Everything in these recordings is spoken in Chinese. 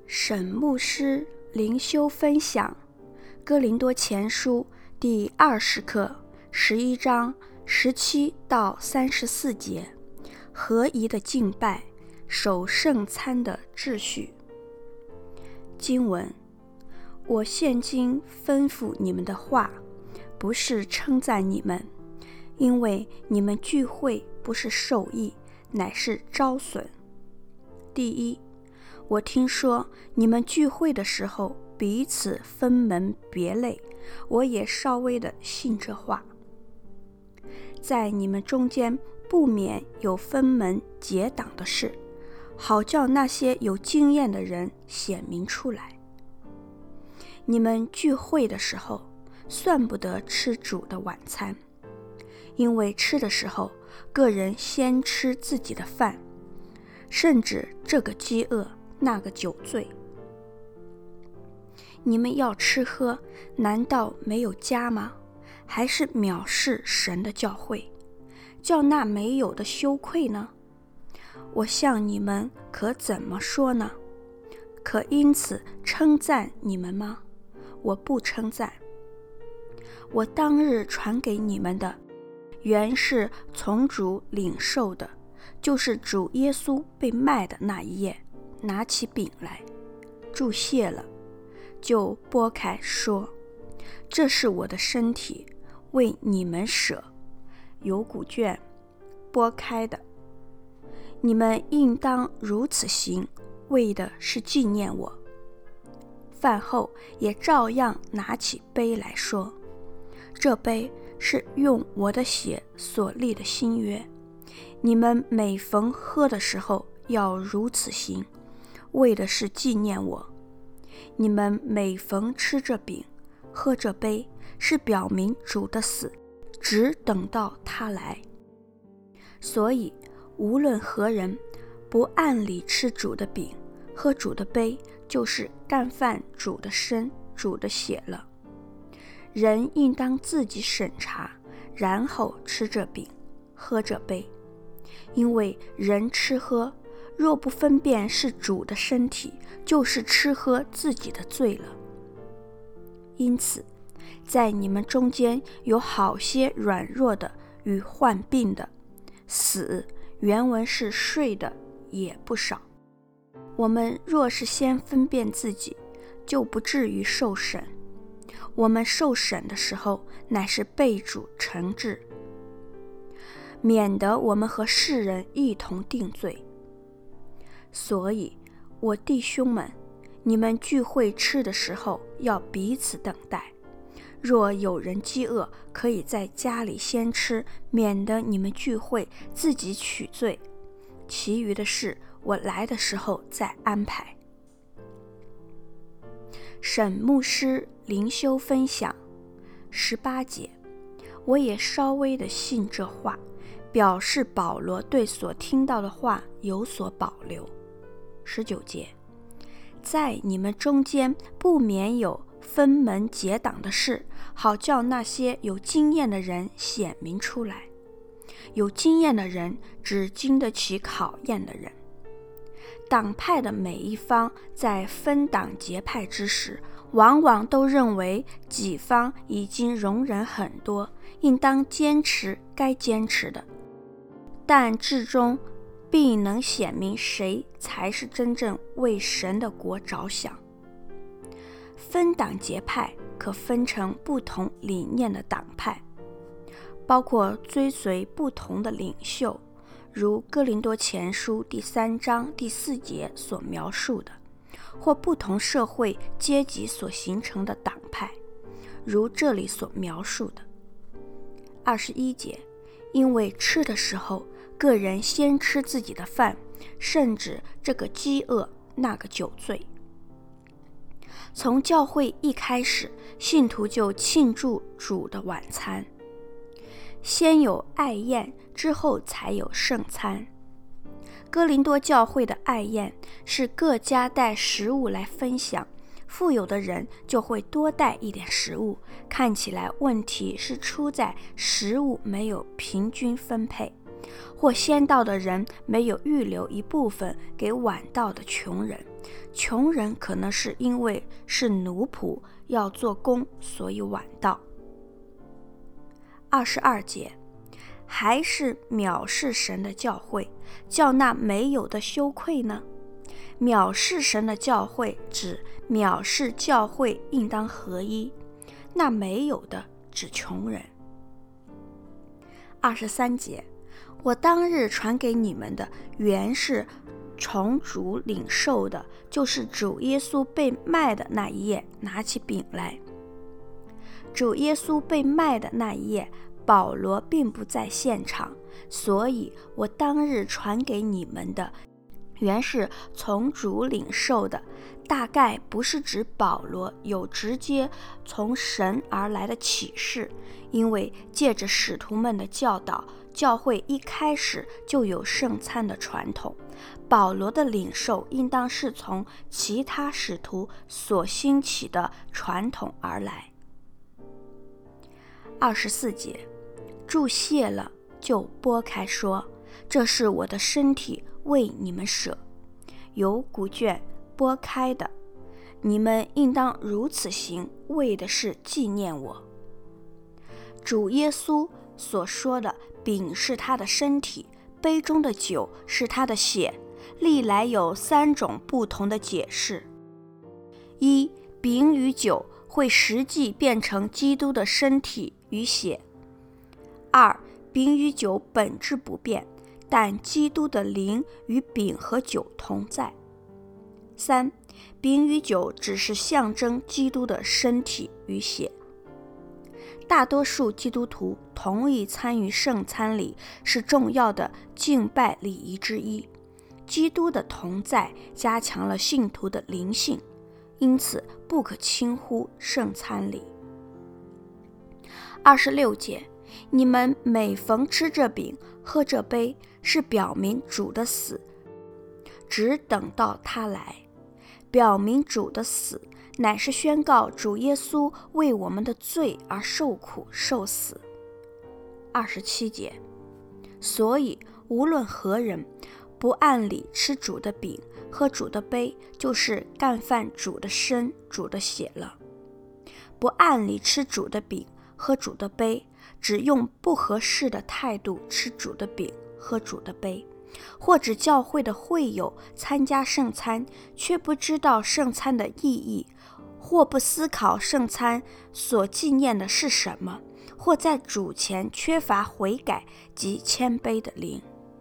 沈牧师灵修分享哥林多前书第20课11章17到34节，合宜的敬拜，守圣餐的秩序。经文：我现今吩咐你们的话，不是称赞你们，因为你们聚会不是受益，乃是招损。第一，我听说你们聚会的时候彼此分门别类，我也稍微的信这话。在你们中间不免有分门结党的事，好叫那些有经验的人显明出来。你们聚会的时候，算不得吃主的晚餐，因为吃的时候，个人先吃自己的饭，甚至这个饥饿，那个酒醉。你们要吃喝，难道没有家吗？还是藐视神的教会，叫那没有的羞愧呢？我向你们可怎么说呢？可因此称赞你们吗？我不称赞。我当日传给你们的，原是从主领受的，就是主耶稣被卖的那一夜，拿起饼来，祝谢了，就拨开说：这是我的身体，为你们舍。有古卷拨开的，你们应当如此行，为的是纪念我。饭后也照样拿起杯来说：这杯是用我的血所立的新约，你们每逢喝的时候要如此行，为的是纪念我。你们每逢吃这饼，喝这杯，是表明主的死，只等到他来。所以无论何人不按理吃主的饼，喝主的杯，就是干犯主的身，主的血了。人应当自己审查，然后吃这饼，喝这杯。因为人吃喝，若不分辨是主的身体，就是吃喝自己的罪了。因此，在你们中间有好些软弱的与患病的，死原文是睡的也不少。我们若是先分辨自己，就不至于受审。我们受审的时候，乃是被主惩治，免得我们和世人一同定罪。所以我弟兄们，你们聚会吃的时候，要彼此等待。若有人饥饿，可以在家里先吃，免得你们聚会自己取罪。其余的事，我来的时候再安排。沈牧师灵修分享18节，我也稍微的信这话，表示保罗对所听到的话有所保留。19节，在你们中间不免有分门结党的事，好叫那些有经验的人显明出来。有经验的人只经得起考验的人。党派的每一方在分党结派之时，往往都认为己方已经容忍很多，应当坚持该坚持的，但至终必能显明谁才是真正为神的国着想。分党结派可分成不同理念的党派，包括追随不同的领袖，如哥林多前书第3章第4节所描述的，或不同社会阶级所形成的党派，如这里所描述的。21节，因为吃的时候，个人先吃自己的饭，甚至这个饥饿，那个酒醉。从教会一开始，信徒就庆祝主的晚餐，先有爱宴，之后才有圣餐。哥林多教会的爱宴是各家带食物来分享，富有的人就会多带一点食物，看起来问题是出在食物没有平均分配， 或先到的人没有预留一部分给晚到的穷人。穷人可能是因为是奴仆要做工，所以晚到。22节，还是藐视神的教会，叫那没有的羞愧呢？藐视神的教会指藐视教会应当合一，那没有的指穷人。23节，我当日传给你们的原是从主领受的，就是主耶稣被卖的那一夜，拿起饼来。主耶稣被卖的那一夜，保罗并不在现场，所以我当日传给你们的原是从主领受的，大概不是指保罗有直接从神而来的启示，因为借着使徒们的教导，教会一开始就有圣餐的传统。保罗的领受应当是从其他使徒所兴起的传统而来。24节，注谢了，就拨开说，这是我的身体，为你们舍。有古卷拨开的，你们应当如此行，为的是纪念我。主耶稣所说的饼是他的身体，杯中的酒是他的血，历来有3种不同的解释：一，饼与酒会实际变成基督的身体与血；二，饼与酒本质不变，但基督的灵与饼和酒同在；三，饼与酒只是象征基督的身体与血。大多数基督徒同意参与圣餐礼是重要的敬拜礼仪之一，基督的同在加强了信徒的灵性，因此不可轻忽圣餐礼。26节，你们每逢吃这饼喝这杯，是表明主的死，只等到他来。表明主的死，乃是宣告主耶稣为我们的罪而受苦受死。27节，所以无论何人不按理吃主的饼喝主的杯，就是干犯主的身主的血了。不按理吃主的饼喝主的杯，只用不合适的态度吃主的饼喝主的杯，或者教会的会友参加圣餐，却不知道圣餐的意义，或不思考圣餐所纪念的是什么，或在主前缺乏悔改及谦卑的灵。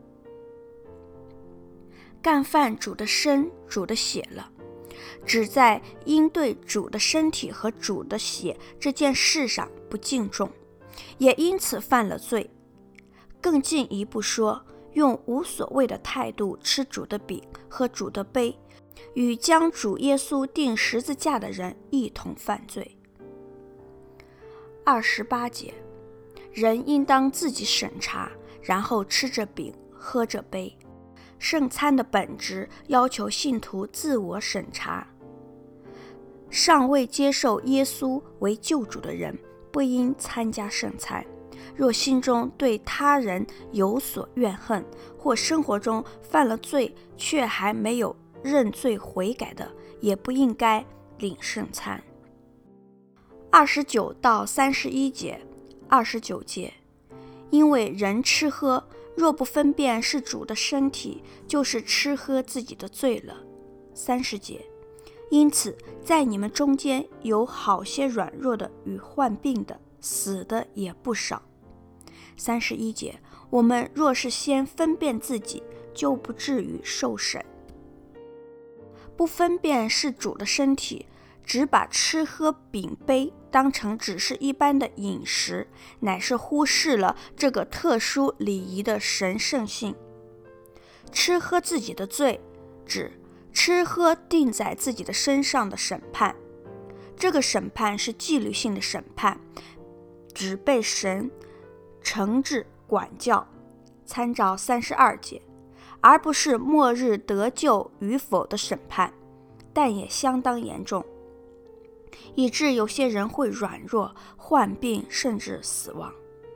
干犯主的身主的血了，只在因对主的身体和主的血这件事上不敬重，也因此犯了罪。更进一步说，用无所谓的态度吃主的饼喝主的杯，与将主耶稣钉十字架的人一同犯罪。28节，人应当自己审查，然后吃着饼喝着杯。圣餐的本质要求信徒自我审查。尚未接受耶稣为救主的人，不应参加圣餐。若心中对他人有所怨恨，或生活中犯了罪却还没有认罪悔改的，也不应该领圣餐。29到31节。29节，因为人吃喝，若不分辨是主的身体，就是吃喝自己的罪了。30节，因此在你们中间有好些软弱的与患病的，死的也不少。31节，我们若是先分辨自己，就不至于受审。不分辨是主的身体，只把吃喝饼杯当成只是一般的饮食，乃是忽视了这个特殊礼仪的神圣性。吃喝自己的罪，指吃喝定在自己的身上的审判。这个审判是纪律性的审判，只被神惩治管教，参照32节，而不是末日得救与否的审判，但也相当严重，以致有些人会软弱、患病，甚至死亡。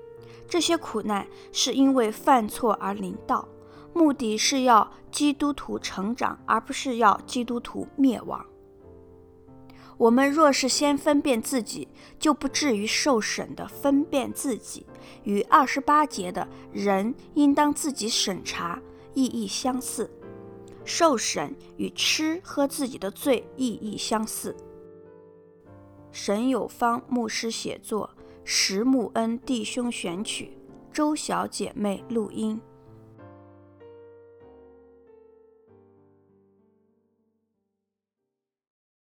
这些苦难是因为犯错而临到，目的是要基督徒成长，而不是要基督徒灭亡。我们若是先分辨自己，就不至于受审的分辨自己，与28节的人应当自己审查意义相似。受审与吃喝自己的罪意义相似。沈有芳牧师写作，石木恩弟兄选曲，周小姐妹录音。